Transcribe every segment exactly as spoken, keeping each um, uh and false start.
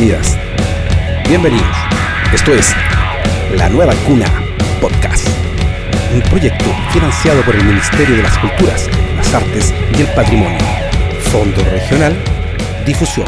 Bienvenidas, bienvenidos. Esto es La Nueva Cuna Podcast, un proyecto financiado por el Ministerio de las Culturas, las Artes y el Patrimonio, Fondo Regional Difusión.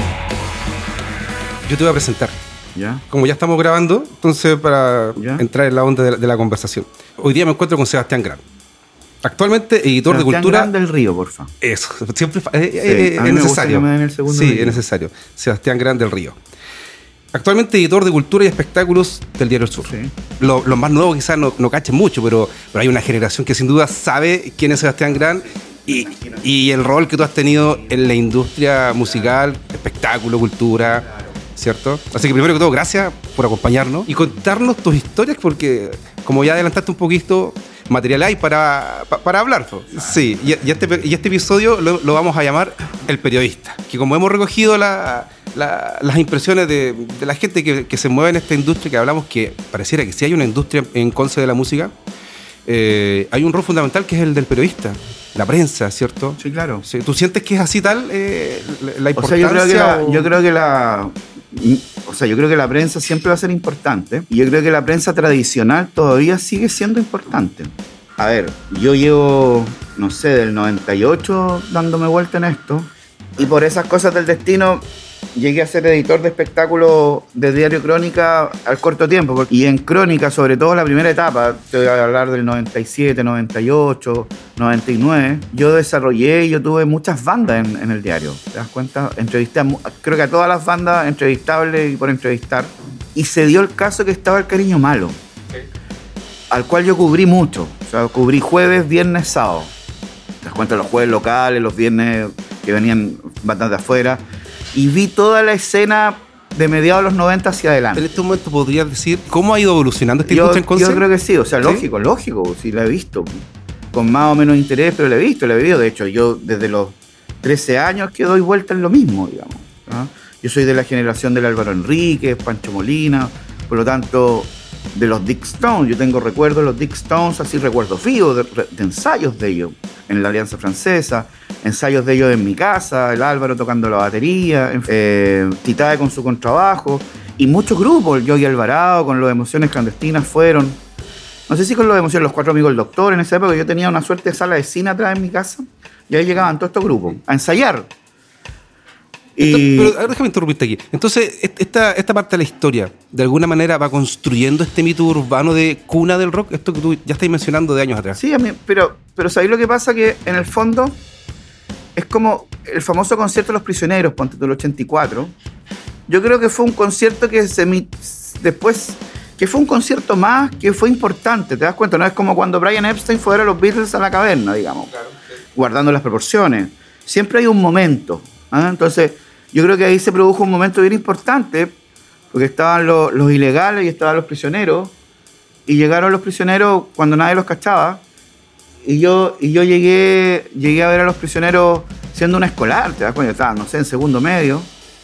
Yo te voy a presentar. ¿Ya? Como ya estamos grabando, entonces para ¿Ya? entrar en la onda de la, de la conversación. Hoy día me encuentro con Sebastián Gran, actualmente editor Sebastián de Cultura. Gran del Río, porfa. Eso, siempre eh, Sí, eh, a mí es me gusta necesario. que me den el segundo Sí, apellido. es necesario. Sebastián Gran del Río. Actualmente editor de Cultura y Espectáculos del Diario El Sur. Sí. Los lo más nuevos quizás no, no cachen mucho, pero, pero hay una generación que sin duda sabe quién es Sebastián Gran y, y el rol que tú has tenido en la industria musical, espectáculo, cultura, ¿cierto? Así que primero que todo, gracias por acompañarnos y contarnos tus historias, porque como ya adelantaste un poquito, material hay para, para, para hablar. Po. Sí, y, y, este, y este episodio lo, lo vamos a llamar El Periodista, que como hemos recogido la, la, las impresiones de, de la gente que, que se mueve en esta industria, que hablamos que pareciera que si hay una industria en Conce de la música, eh, hay un rol fundamental que es el del periodista, la prensa, ¿cierto? Sí, claro. Sí, ¿tú sientes que es así tal eh, la, la O sea, importancia? yo creo que la, o... yo creo que la o sea, yo creo que la prensa siempre va a ser importante y yo creo que la prensa tradicional todavía sigue siendo importante. A ver, yo llevo, no sé, del noventa y ocho dándome vuelta en esto y por esas cosas del destino llegué a ser editor de espectáculos de Diario Crónica al corto tiempo. Y en Crónica, sobre todo la primera etapa, te voy a hablar del noventa y siete, noventa y ocho, noventa y nueve, yo desarrollé y yo tuve muchas bandas en, en el diario. ¿Te das cuenta? Entrevisté, a, creo que a todas las bandas entrevistables y por entrevistar. Y se dio el caso que estaba El Cariño Malo, okay, al cual yo cubrí mucho. O sea, cubrí jueves, viernes, sábado. Te das cuenta, los jueves locales, los viernes que venían bandas de afuera. Y vi toda la escena de mediados de los noventa hacia adelante. En este momento podrías decir cómo ha ido evolucionando esta yo, industria en Conce. Yo creo que sí, o sea, ¿Sí? lógico, lógico, sí la he visto. Con más o menos interés, pero la he visto, la he vivido. De hecho, yo desde los trece años que doy vuelta en lo mismo, digamos. ¿no? Yo soy de la generación del Álvaro Enríquez, Pancho Molina, por lo tanto, de los Dick Stones. Yo tengo recuerdos de los Dick Stones, así recuerdos vivos, de, de ensayos de ellos en la Alianza Francesa, ensayos de ellos en mi casa, el Álvaro tocando la batería, eh, Titae con su contrabajo, y muchos grupos, el Yogi Alvarado con Los Emociones Clandestinas fueron, no sé si con Los Emociones, Los Cuatro Amigos del Doctor, en esa época yo tenía una suerte de sala de cine atrás en mi casa, y ahí llegaban todos estos grupos a ensayar. Y... Pero, pero déjame interrumpirte aquí. Entonces, esta, esta parte de la historia, de alguna manera va construyendo este mito urbano de cuna del rock, esto que tú ya estás mencionando de años atrás. Sí, a mí, pero, pero ¿sabéis lo que pasa? Que en el fondo es como el famoso concierto de Los Prisioneros, ponte tú, el ochenta y cuatro. Yo creo que fue un concierto que se después, que fue un concierto más que fue importante, ¿te das cuenta? No es como cuando Brian Epstein fue a ver a los Beatles a la caverna, digamos, claro, sí, guardando las proporciones. Siempre hay un momento, ¿eh? Entonces, yo creo que ahí se produjo un momento bien importante, porque estaban los, los ilegales y estaban los prisioneros, y llegaron los prisioneros cuando nadie los cachaba, y yo, y yo llegué, llegué a ver a los prisioneros siendo un escolar, te das cuenta, estaba, no sé, en segundo medio,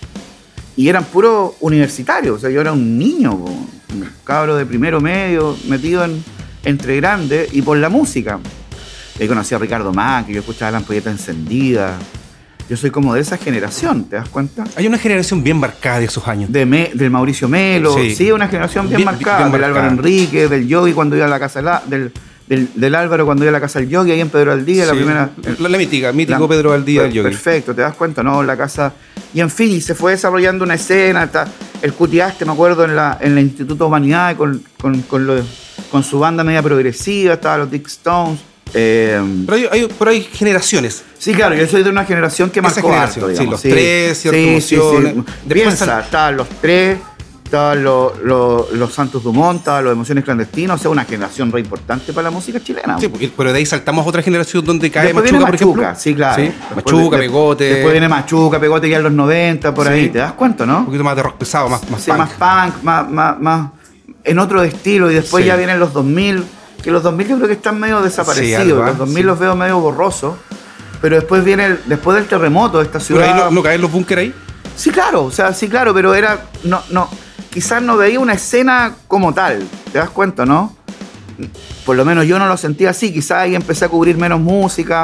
y eran puros universitarios, o sea, yo era un niño, un cabro de primero medio, metido en, entre grandes, y por la música. Ahí conocí a Ricardo Macri, yo escuchaba La Ampolleta Encendida. Yo soy como de esa generación, ¿te das cuenta? Hay una generación bien marcada de esos años. De Me, del Mauricio Melo, sí, sí, una generación bien, bien marcada. Bien del marcada. Álvaro Enríquez, del Yogi cuando iba a la casa la, del, del, del Álvaro cuando iba a la casa del Yogi, ahí en Pedro Valdía, sí, la primera. La, la mítica, mítico la, Pedro Valdía del Yogi. Perfecto, ¿te das cuenta? No, la casa. Y en fin, y se fue desarrollando una escena, está el Cutiaste, me acuerdo, en la en el Instituto de Humanidades con, con, con, lo, con su banda media progresiva, estaban los Dick Stones. Eh, pero, hay, hay, pero hay generaciones. Sí, claro, yo soy de una generación que marcó generación, harto, sí, los sí, tres, ciertas sí, emociones. Sí, sí. Piensa, estaban los tres, estaban los, los, los Santos Dumont, estaban los Emociones Clandestinas, o sea, una generación re importante para la música chilena. Sí, pero de ahí saltamos a otra generación donde cae después Machuca, Machuca, por ejemplo. Sí, claro. ¿Sí? Machuca, de, Pegote. Después viene Machuca, Pegote ya en los noventa, por sí, ahí, ¿te das cuenta, no? Un poquito más de rock pesado, más, más sí, punk. más punk, más, más, más en otro estilo, y después sí, ya vienen los dos mil, que los dos mil yo creo que están medio desaparecidos, sí, los dos mil sí, los veo medio borrosos, pero después viene el, después del terremoto de esta ciudad. ¿Pero ahí no, no caen los búnkeres ahí? Sí, claro, o sea, sí, claro, pero era, no, no, quizás no veía una escena como tal, ¿te das cuenta, no? Por lo menos yo no lo sentía así, quizás ahí empecé a cubrir menos música,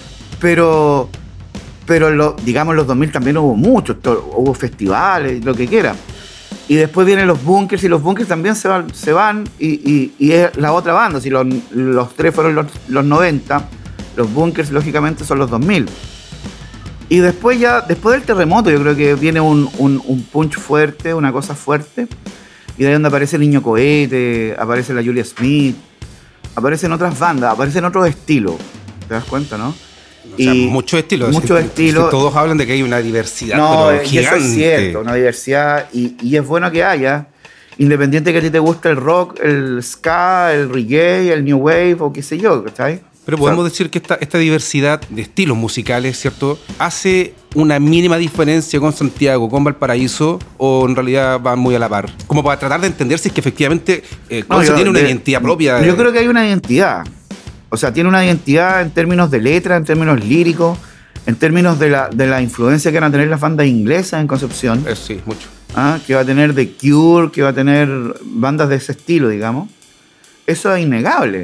pero, pero lo, digamos, en los dos mil también hubo mucho, hubo festivales, lo que quiera. Y después vienen los Bunkers, y los Bunkers también se van, se van y, y, y es la otra banda. Si los, los tres fueron los, los noventa, los Bunkers lógicamente son los dos mil. Y después ya, después del terremoto, yo creo que viene un, un, un punch fuerte, una cosa fuerte. Y de ahí donde aparece el Niño Cohete, aparece la Julia Smith, aparecen otras bandas, aparecen otros estilos. ¿Te das cuenta, no? O sea, y muchos estilos. Muchos es, estilos. Es que todos hablan de que hay una diversidad. No, pero y gigante. eso es cierto, una diversidad. Y, y es bueno que haya, independiente que a ti te guste el rock, el ska, el reggae, el new wave o qué sé yo, ¿sabes? Pero podemos o sea, decir que esta, esta diversidad de estilos musicales, ¿cierto?, hace una mínima diferencia con Santiago, con Valparaíso, o en realidad van muy a la par. Como para tratar de entender si es que efectivamente eh, no, yo, tiene una de, identidad propia. De... Yo creo que hay una identidad. O sea, tiene una identidad en términos de letra, en términos líricos, en términos de la, de la influencia que van a tener las bandas inglesas en Concepción. Eh, sí, mucho. ¿Ah? Que va a tener The Cure, que va a tener bandas de ese estilo, digamos. Eso es innegable.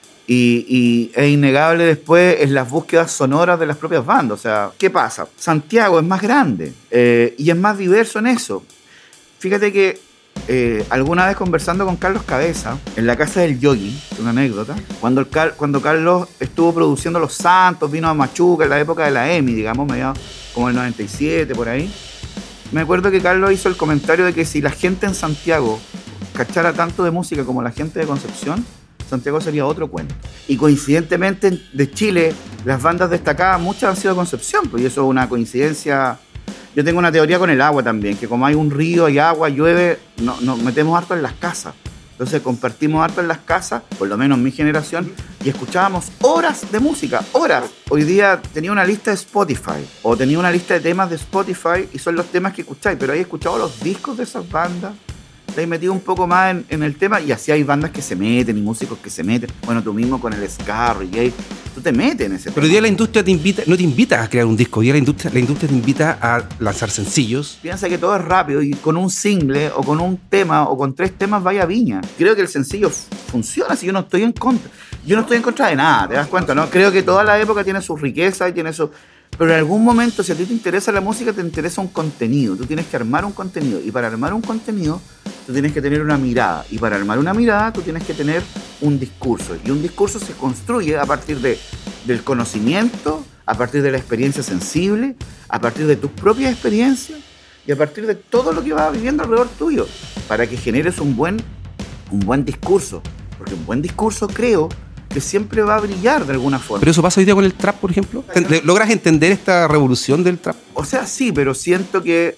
Y, y es innegable después en las búsquedas sonoras de las propias bandas. O sea, ¿qué pasa? Santiago es más grande eh, y es más diverso en eso. Fíjate que eh, alguna vez conversando con Carlos Cabeza en la casa del Yogi, una anécdota, cuando, el Car- cuando Carlos estuvo produciendo Los Santos, vino a Machuca en la época de la E M I, digamos, mediados como el noventa y siete, por ahí. Me acuerdo que Carlos hizo el comentario de que si la gente en Santiago cachara tanto de música como la gente de Concepción, Santiago sería otro cuento. Y coincidentemente de Chile, las bandas destacadas, muchas han sido de Concepción, pues, y eso es una coincidencia. Yo tengo una teoría con el agua también, que como hay un río, hay agua, llueve, no, nos metemos harto en las casas. Entonces compartimos harto en las casas, por lo menos mi generación, y escuchábamos horas de música, horas. Hoy día tenía una lista de Spotify, o tenía una lista de temas de Spotify, y son los temas que escucháis, pero ahí he escuchado los discos de esas bandas. Te has metido un poco más en, en el tema, y así hay bandas que se meten y músicos que se meten. Bueno, tú mismo con el ska, reggae, tú te metes en ese Pero tema. hoy día la industria te invita, no te invita a crear un disco, hoy día la industria, la industria te invita a lanzar sencillos. Piensa que todo es rápido y con un single o con un tema o con tres temas vaya a Viña. Creo que el sencillo funciona, si yo no estoy en contra. Yo no estoy en contra de nada, ¿te das cuenta, no? Creo que toda la época tiene su riqueza y tiene su... Pero en algún momento, si a ti te interesa la música, te interesa un contenido. Tú tienes que armar un contenido. Y para armar un contenido, tú tienes que tener una mirada. Y para armar una mirada, tú tienes que tener un discurso. Y un discurso se construye a partir de, del conocimiento, a partir de la experiencia sensible, a partir de tus propias experiencias y a partir de todo lo que vas viviendo alrededor tuyo. Para que generes un buen, un buen discurso. Porque un buen discurso, creo, que siempre va a brillar de alguna forma. Pero eso pasa hoy día con el trap, por ejemplo. ¿Logras entender esta revolución del trap? O sea, sí, pero siento que...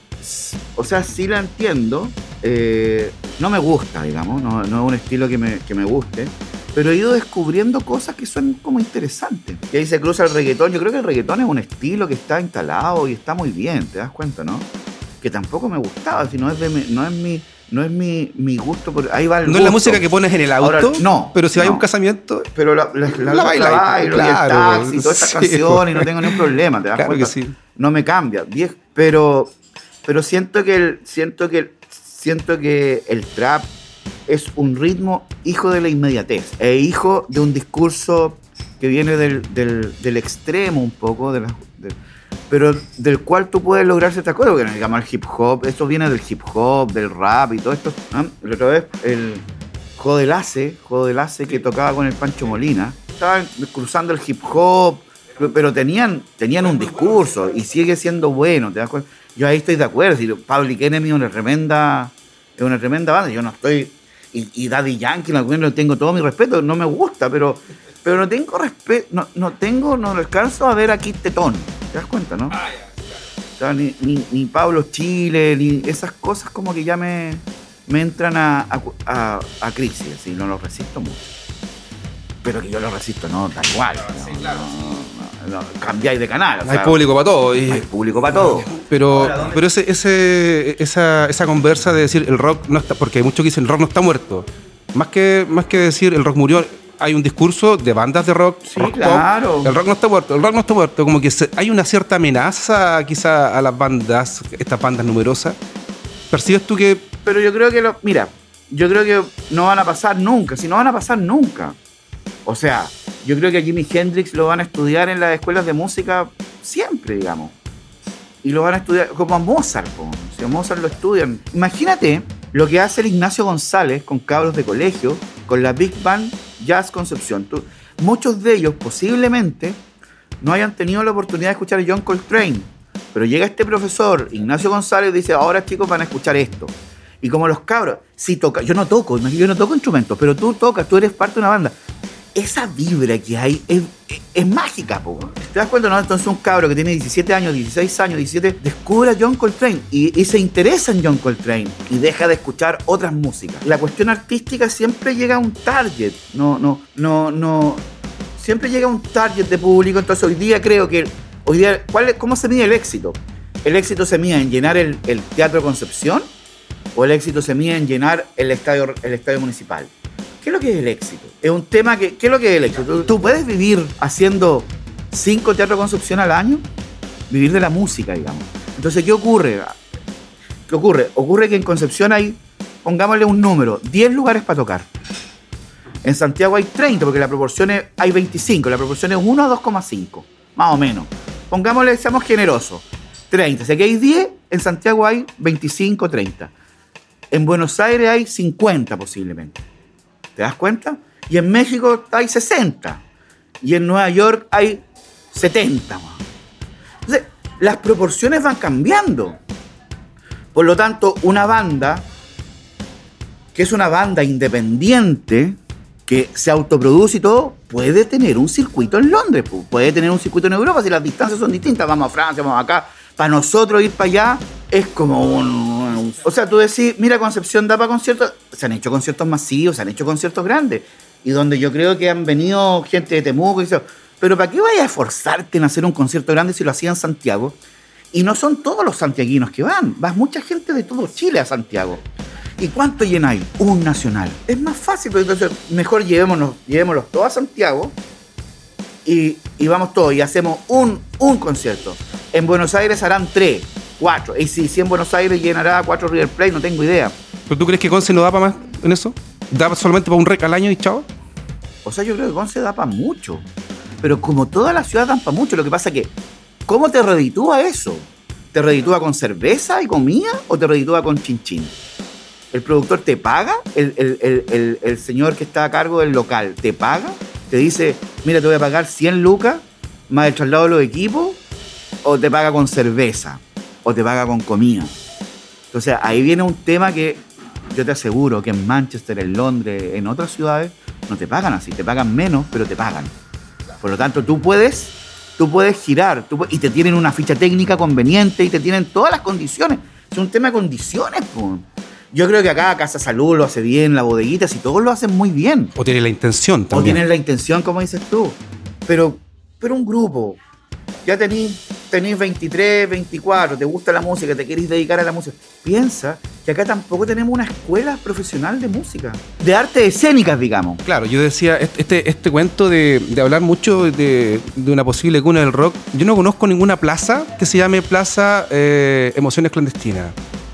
O sea, sí la entiendo. Eh, no me gusta, digamos. No, no es un estilo que me, que me guste. Pero he ido descubriendo cosas que son como interesantes. Y ahí se cruza el reggaetón. Yo creo que el reggaetón es un estilo que está instalado y está muy bien, ¿te das cuenta, no? Que tampoco me gustaba, si no es, de mi, no es mi... No es mi, mi gusto, por ahí va el No gusto. Es la música que pones en el auto. Ahora, no. Pero si no. hay un casamiento. Pero la, la, la, la baila, la bailo, claro, y el taxi, todas estas sí, canciones, y no tengo ningún problema, ¿te das claro cuenta? Que sí. No me cambia. Pero, pero siento que el, siento que el, siento que el trap es un ritmo hijo de la inmediatez. E hijo de un discurso que viene del, del, del extremo un poco, de la, de, pero del cual tú puedes lograr ciertas cosas, porque digamos el hip hop, esto viene del hip hop, del rap y todo esto, ¿no? La otra vez el Jodelace, Jodelace que tocaba con el Pancho Molina, estaban cruzando el hip hop, pero tenían, tenían un discurso y sigue siendo bueno, ¿te das cuenta? Yo ahí estoy de acuerdo, si Public Enemy es una tremenda, es una tremenda banda, yo no estoy, y, y Daddy Yankee, no tengo todo mi respeto, no me gusta, pero, pero no tengo respeto, no, no tengo, no alcanzo a ver aquí Tetón. ¿Te das cuenta, no? Ah, ya, ya. O sea, ni, ni, ni Pablo Chile, ni esas cosas como que ya me, me entran a, a, a, a crisis, así, no lo resisto mucho. Pero que yo lo resisto, no, tal cual. No, sí, claro, no, no, no, cambiáis de canal. O hay sea, público para todo. Y... Hay público para todo. Pero, Ahora, pero ese, ese, esa, esa conversa de decir el rock no está, porque hay muchos que dicen el rock no está muerto. Más que, más que decir el rock murió, hay un discurso de bandas de rock, sí, rock claro. pop, el rock no está muerto, el rock no está muerto, como que se, hay una cierta amenaza quizá a las bandas, estas bandas numerosas. ¿Percibes tú que...? Pero yo creo que, lo, mira, yo creo que no van a pasar nunca, si no van a pasar nunca. O sea, yo creo que a Jimi Hendrix lo van a estudiar en las escuelas de música siempre, digamos. Y lo van a estudiar como a Mozart, po. O sea, que Mozart lo estudian. Imagínate lo que hace el Ignacio González con cabros de colegio, con la Big Band Jazz Concepción. Tú, muchos de ellos posiblemente no hayan tenido la oportunidad de escuchar a John Coltrane, pero llega este profesor, Ignacio González, y dice, ahora chicos van a escuchar esto. Y como los cabros, si toca, yo no toco, yo no toco instrumentos, pero tú tocas, tú eres parte de una banda. Esa vibra que hay es, es, es mágica, po. ¿Te das cuenta? No? Entonces un cabro que tiene diecisiete años, dieciséis años, diecisiete, descubre a John Coltrane y, y se interesa en John Coltrane y deja de escuchar otras músicas. La cuestión artística siempre llega a un target, no, no, no, no, siempre llega a un target de público. Entonces hoy día creo que, hoy día, ¿cuál es, ¿cómo se mide el éxito? ¿El éxito se mide en llenar el, el Teatro Concepción o el éxito se mide en llenar el estadio, el estadio municipal? ¿Qué es lo que es el éxito? Es un tema que... ¿Qué es lo que es el éxito? ¿Tú, tú puedes vivir haciendo cinco Teatro Concepción al año? Vivir de la música, digamos. Entonces, ¿qué ocurre? ¿Qué ocurre? Ocurre que en Concepción hay, pongámosle un número, diez lugares para tocar. En Santiago hay treinta, porque la proporción es, hay veinticinco. La proporción es uno a dos coma cinco, más o menos. Pongámosle, seamos generosos, treinta. Si aquí hay diez, en Santiago hay veinticinco, treinta. En Buenos Aires hay cincuenta posiblemente. ¿Te das cuenta? Y en México hay sesenta. Y en Nueva York hay setenta. Entonces, las proporciones van cambiando. Por lo tanto, una banda que es una banda independiente, que se autoproduce y todo, puede tener un circuito en Londres, puede tener un circuito en Europa, si las distancias son distintas. Vamos a Francia, vamos acá. Para nosotros ir para allá es como un... O sea, tú decís, mira, Concepción da para conciertos. Se han hecho conciertos masivos, se han hecho conciertos grandes. Y donde yo creo que han venido gente de Temuco y eso. Pero ¿para qué vayas a esforzarte en hacer un concierto grande si lo hacía en Santiago? Y no son todos los santiaguinos que van. Va mucha gente de todo Chile a Santiago. ¿Y cuánto llenáis? Un nacional. Es más fácil, pero entonces mejor llevémonos, llevémoslos todos a Santiago y, y vamos todos y hacemos un, un concierto. En Buenos Aires harán tres, cuatro. Y si, si en Buenos Aires llenará cuatro River Plate, no tengo idea. ¿Pero tú crees que Conce no da para más en eso? ¿Da solamente para un rec al año y chao? O sea, yo creo que Conce da para mucho. Pero como toda la ciudad dan para mucho, lo que pasa es que, ¿cómo te reditúa eso? ¿Te reditúa con cerveza y comida o te reditúa con chinchín? ¿El productor te paga? ¿El, el, el, el, el señor que está a cargo del local te paga? ¿Te dice, mira, te voy a pagar cien lucas más el traslado de los equipos? ¿O te paga con cerveza? ¿O te paga con comida? Entonces ahí viene un tema que yo te aseguro que en Manchester, en Londres, en otras ciudades, no te pagan así. Te pagan menos, pero te pagan. Por lo tanto, tú puedes, tú puedes girar tú puedes, y te tienen una ficha técnica conveniente y te tienen todas las condiciones. Es un tema de condiciones, pues. Yo creo que acá Casa Salud lo hace bien, la bodeguita, si todos lo hacen muy bien. O tienen la intención también. O tienen la intención, como dices tú. Pero, pero un grupo, ya tenís, tenís veintitrés, veinticuatro, te gusta la música, te querés dedicar a la música. Piensa que acá tampoco tenemos una escuela profesional de música, de artes escénicas, digamos. Claro, yo decía, este, este cuento de, de hablar mucho de, de una posible cuna del rock, yo no conozco ninguna plaza que se llame Plaza eh, Emociones Clandestinas.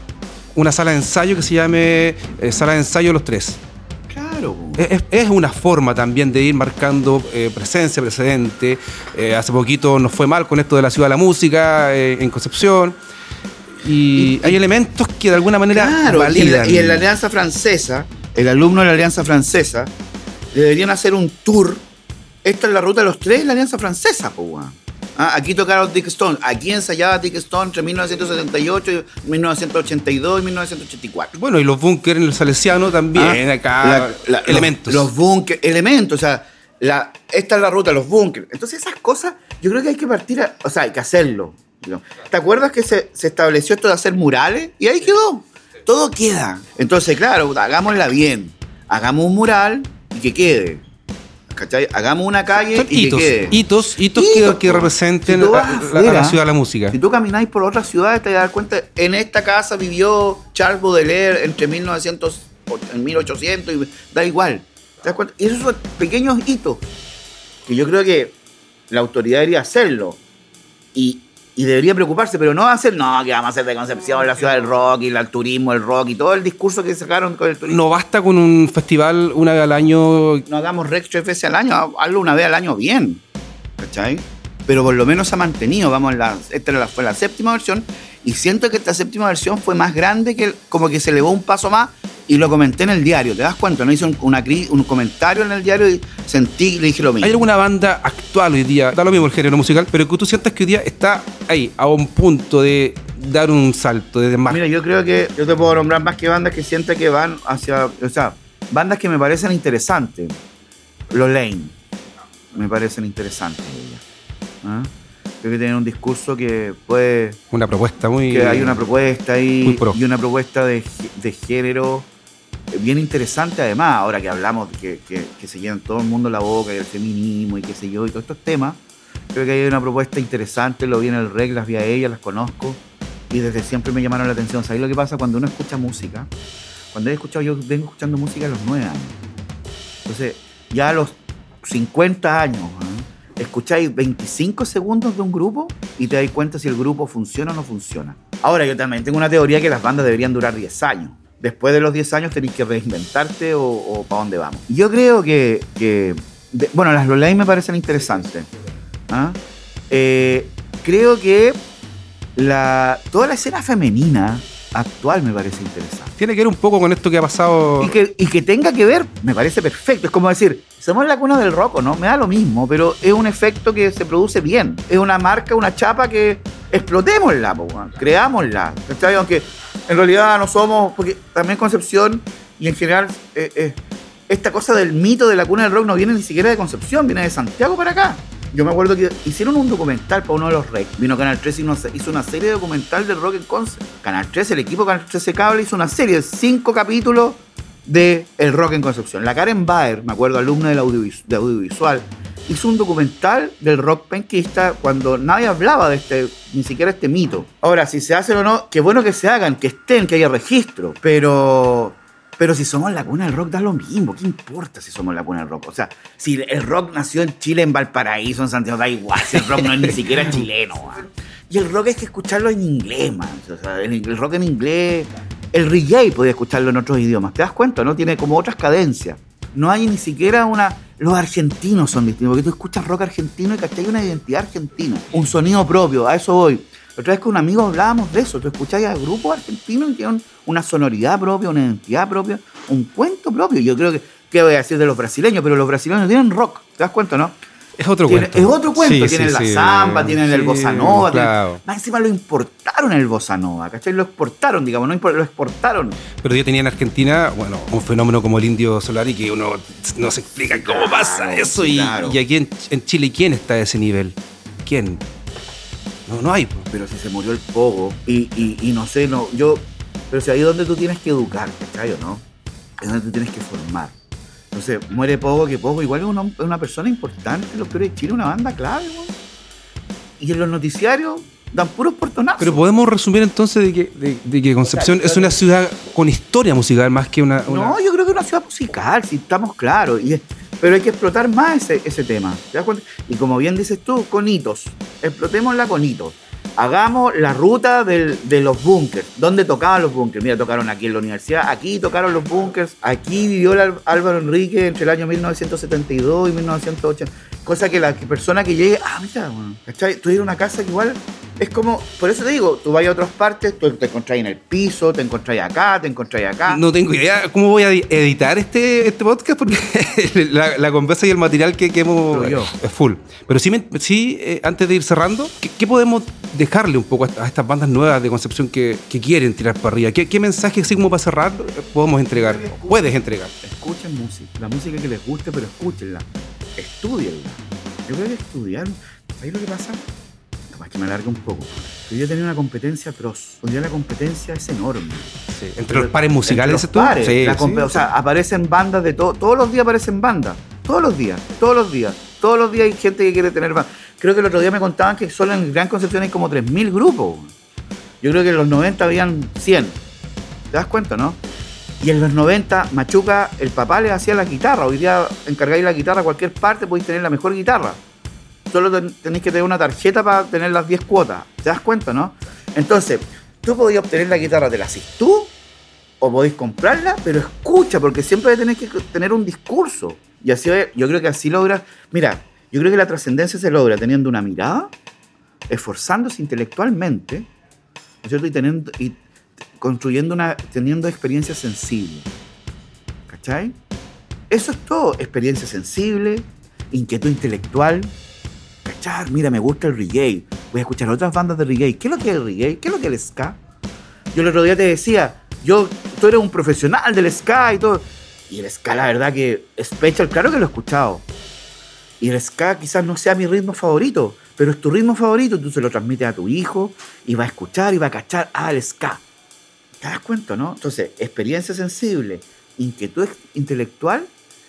Una sala de ensayo que se llame eh, Sala de Ensayo Los Tres. Claro. Es, es una forma también de ir marcando eh, presencia, precedente. Eh, hace poquito nos fue mal con esto de la Ciudad de la Música eh, en Concepción. Y, y hay y, elementos que de alguna manera claro, validan. Y en, la, y en la Alianza Francesa, el alumno de la Alianza Francesa, deberían hacer un tour. Esta es la ruta de los tres, la Alianza Francesa, pues. Ah, aquí tocaron Dick Stone, aquí ensayaba Dick Stone entre mil novecientos setenta y ocho, mil novecientos ochenta y dos y mil novecientos ochenta y cuatro. Bueno, y los bunkers en el Salesiano también, ah, acá, la, la, elementos. Los, los bunkers, elementos, o sea, la, esta es la ruta, los bunkers. Entonces esas cosas, yo creo que hay que partir, a, o sea, hay que hacerlo. ¿Te acuerdas que se, se estableció esto de hacer murales? Y ahí quedó, todo queda. Entonces, claro, hagámosla bien, hagamos un mural y que quede. ¿Cachai? Hagamos una calle Son y hitos, que quede. hitos, hitos, hitos que, que representen si a, afuera, a la ciudad de la música. Si tú camináis por otras ciudades te vas a dar cuenta, en esta casa vivió Charles Baudelaire entre mil novecientos y mil ochocientos y da igual. ¿Te das cuenta? Y esos son pequeños hitos que yo creo que la autoridad debería hacerlo y, y debería preocuparse, pero no hacer, no, que vamos a hacer de Concepción la ciudad del rock y el turismo, el rock y todo el discurso que sacaron con el turismo. No basta con un festival una vez al año. No hagamos Rex tres veces al año, hazlo una vez al año bien, ¿cachai? Pero por lo menos se ha mantenido, vamos, la, esta fue la séptima versión Y siento que esta séptima versión fue más grande, que el, como que se elevó un paso más, y lo comenté en el diario. ¿Te das cuenta? No hice un, una, un comentario en el diario y sentí y le dije lo mismo. ¿Hay alguna banda actual hoy día, da lo mismo el género musical, pero que tú sientas que hoy día está ahí, a un punto de dar un salto, de más? Mira, yo creo que yo te puedo nombrar más que bandas que siento que van hacia... O sea, bandas que me parecen interesantes. Los Lane me parecen interesantes. ¿Ah? Creo que tienen un discurso que puede... Una propuesta muy... Que hay una propuesta ahí y una propuesta de, de género bien interesante además. Ahora que hablamos que, que, que se llenan todo el mundo la boca y el feminismo y qué sé yo y todos estos temas, creo que hay una propuesta interesante. Lo vi en el R E C, las vi a ellas, las conozco y desde siempre me llamaron la atención. ¿Sabéis lo que pasa cuando uno escucha música? Cuando he escuchado, yo vengo escuchando música a los nueve años. Entonces, ya a los cincuenta años, ¿eh? escucháis veinticinco segundos de un grupo y te dais cuenta si el grupo funciona o no funciona. Ahora, yo también tengo una teoría que las bandas deberían durar diez años. Después de los diez años tenéis que reinventarte o, o para dónde vamos. Yo creo que... que de, bueno, las Lolay me parecen interesantes. ¿Ah? Eh, creo que la, toda la escena femenina actual me parece interesante. Tiene que ver un poco con esto que ha pasado. Y que, y que tenga que ver, me parece perfecto. Es como decir, somos la cuna del rock, ¿no? Me da lo mismo, pero es un efecto que se produce bien. Es una marca, una chapa que explotémosla, po, creámosla. ¿Cachai? Aunque en realidad no somos, porque también Concepción y en general eh, eh, esta cosa del mito de la cuna del rock no viene ni siquiera de Concepción, viene de Santiago para acá. Yo me acuerdo que hicieron un documental para uno de los reyes. Vino Canal trece y hizo una serie de documental del rock en Conce. Canal trece, el equipo Canal trece Cable hizo una serie de cinco capítulos de el rock en Concepción. La Karen Baer, me acuerdo, alumna del audiovis- de audiovisual, hizo un documental del rock penquista cuando nadie hablaba de este, ni siquiera este mito. Ahora, si se hacen o no, qué bueno que se hagan, que estén, que haya registro. Pero... Pero si somos la cuna del rock, da lo mismo. ¿Qué importa si somos la cuna del rock? O sea, si el rock nació en Chile, en Valparaíso, en Santiago, da igual. Si el rock no es ni siquiera chileno, man. Y el rock es que escucharlo en inglés, man. O sea, el, el rock en inglés... El reggae podía escucharlo en otros idiomas. ¿Te das cuenta, no? Tiene como otras cadencias. No hay ni siquiera una... Los argentinos son distintos. Porque tú escuchas rock argentino y que hay una identidad argentina. Un sonido propio. A eso voy. La otra vez con un amigo hablábamos de eso. Tú escucháis a grupos argentinos que tienen una sonoridad propia, una identidad propia, un cuento propio. Yo creo que, ¿qué voy a decir de los brasileños? Pero los brasileños tienen rock, ¿te das cuenta, no? Es otro Tiene, cuento. Es otro cuento. Sí, tienen sí, la sí, samba, tienen sí, el bossa nova. claro. Tienen, más encima lo importaron el bossa nova, ¿cachai? Lo exportaron, digamos, no lo exportaron. Pero ya tenía en Argentina, bueno, un fenómeno como el Indio Solari que uno no se explica cómo pasa Claro, eso. Y, claro. y aquí en, en Chile, ¿quién está a ese nivel? ¿Quién? No, no hay. Pero si se murió el pogo y, y, y no sé, no, yo... Pero si ahí es donde tú tienes que educar, ¿cachai o no? Es donde tú tienes que formar. Entonces, muere Pogo, que Pogo igual es una, una persona importante en los peores de Chile, una banda clave, ¿no? Y en los noticiarios dan puros portonazos. Pero podemos resumir entonces de que, de, de que Concepción es una ciudad con historia musical más que una... una... No, yo creo que es una ciudad musical, si estamos claros. Y es, pero hay que explotar más ese, ese tema. ¿Te das cuenta? Y como bien dices tú, con hitos. Explotémosla con hitos. Hagamos la ruta del, de los búnkers. ¿Dónde tocaban los búnkers? Mira, tocaron aquí en la universidad, aquí tocaron los búnkers, aquí vivió el Álvaro Enrique entre el año mil novecientos setenta y dos y mil novecientos ochenta. Cosa que la persona que llegue, ah, mira, bueno, ¿cachai? Tú ir a una casa que igual es como, por eso te digo, tú vas a otras partes, tú te encontrás en el piso, te encontrás acá, te encontrás acá. No tengo idea cómo voy a editar este, este podcast porque la, la conversa y el material que, que hemos es full. Pero sí, me, sí eh, antes de ir cerrando, ¿qué, qué podemos dejarle un poco a, a estas bandas nuevas de Concepción que, que quieren tirar para arriba? ¿Qué, qué mensaje, así como para cerrar, podemos entregar? Puedes entregar. Escuchen música, la música que les guste, pero escúchenla, estudienla. Yo creo que estudiar, ¿sabes lo que pasa? Capaz que me alargue un poco. Hoy día tenía una competencia atroz. Hoy día la competencia es enorme. Sí. Entre pero, los pares musicales, entre los pares, sí, la comp- sí, o sea, sí. Aparecen bandas de todo. Todos los días aparecen bandas. Todos los días. Todos los días. Todos los días hay gente que quiere tener bandas. Creo que el otro día me contaban que solo en Gran Concepción hay como tres mil grupos. Yo creo que en los noventa habían cien. ¿Te das cuenta, no? Y en los noventa, Machuca, el papá le hacía la guitarra. Hoy día encargáis la guitarra a cualquier parte, podéis tener la mejor guitarra. Solo ten, tenéis que tener una tarjeta para tener las diez cuotas. ¿Te das cuenta, no? Entonces, tú podías obtener la guitarra, ¿te la haces tú? O podéis comprarla, pero escucha, porque siempre tenés que tener un discurso. Y así, yo creo que así logras... Mira, yo creo que la trascendencia se logra teniendo una mirada, esforzándose intelectualmente, ¿no es cierto? Y, teniendo, y construyendo una, teniendo experiencia sensible. ¿Cachai? Eso es todo. Experiencia sensible, inquietud intelectual. ¿Cachai? Mira, me gusta el reggae. Voy a escuchar otras bandas de reggae. ¿Qué es lo que es el reggae? ¿Qué es lo que es el ska? Yo el otro día te decía, yo, tú eres un profesional del ska y todo. Y el ska, la verdad que Special, claro que lo he escuchado. Y el ska quizás no sea mi ritmo favorito, pero es tu ritmo favorito, tú se lo transmites a tu hijo y va a escuchar y va a cachar, ah, el ska. ¿Te das cuenta, no? Entonces, experiencia sensible, inquietud intelectual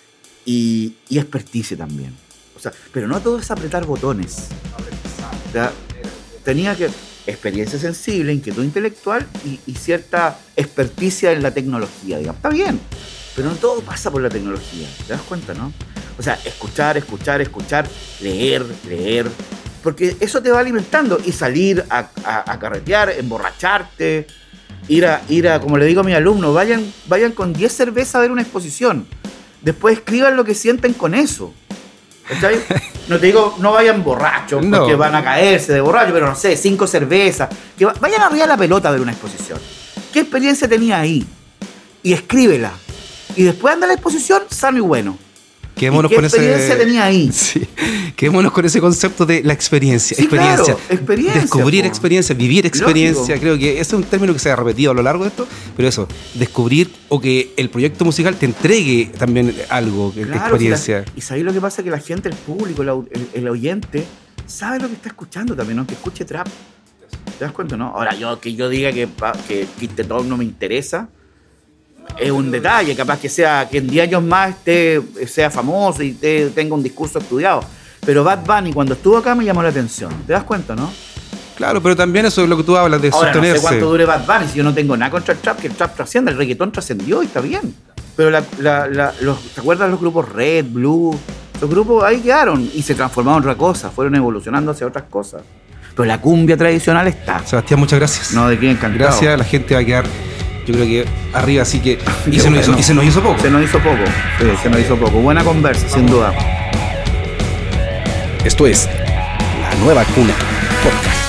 y, y experticia también. O sea, pero no todo es apretar botones. O sea, tenía que... experiencia sensible, inquietud intelectual y, y cierta experticia en la tecnología, digamos. Está bien, pero no todo pasa por la tecnología. ¿Te das cuenta, no? O sea, escuchar, escuchar, escuchar, leer, leer, porque eso te va alimentando y salir a, a, a carretear, emborracharte, ir a, ir a, como le digo a mis alumnos, vayan, vayan con diez cervezas a ver una exposición. Después escriban lo que sienten con eso. ¿Cachai? No te digo, no vayan borrachos, porque no. van a caerse de borracho, pero no sé, cinco cervezas. Que vayan arriba de la pelota a ver una exposición. ¿Qué experiencia tenía ahí? Y escríbela. Y después anda a la exposición, sano y bueno. Quedémonos ¿Y qué con experiencia ese... tenía ahí? Sí. Quedémonos con ese concepto de la experiencia. Sí, experiencia. Claro, experiencia. Descubrir po. experiencia, vivir experiencia. Lógico. Creo que ese es un término que se ha repetido a lo largo de esto, pero eso, descubrir o que el proyecto musical te entregue también algo, Claro, experiencia. Si la, y sabéis lo que pasa, que la gente, el público, el, el, el oyente, sabe lo que está escuchando también, aunque escuche trap. ¿Te das cuenta, no? Ahora, yo que yo diga que, que Twisted Dog no me interesa, es un detalle, capaz que sea que en diez años más esté, sea famoso y te, tenga un discurso estudiado. Pero Bad Bunny, cuando estuvo acá, me llamó la atención. ¿Te das cuenta, no? Claro, pero también eso es lo que tú hablas de Ahora, sostenerse. no sé cuánto dure Bad Bunny, si yo no tengo nada contra el trap, que el trap trascienda, el reggaetón trascendió y está bien. Pero la, la, la, los, ¿te acuerdas de los grupos Red, Blue? Los grupos ahí quedaron y se transformaron en otra cosa, fueron evolucionando hacia otras cosas. Pero la cumbia tradicional está. Sebastián, muchas gracias. No, de qué encantado. Gracias, la gente va a quedar, yo creo que arriba, así que... Y, Qué se, nos bueno. hizo, y se nos hizo poco. Se nos hizo poco, sí, se nos hizo poco. Buena conversa, sin duda. Esto es La Nueva Cuna Podcast.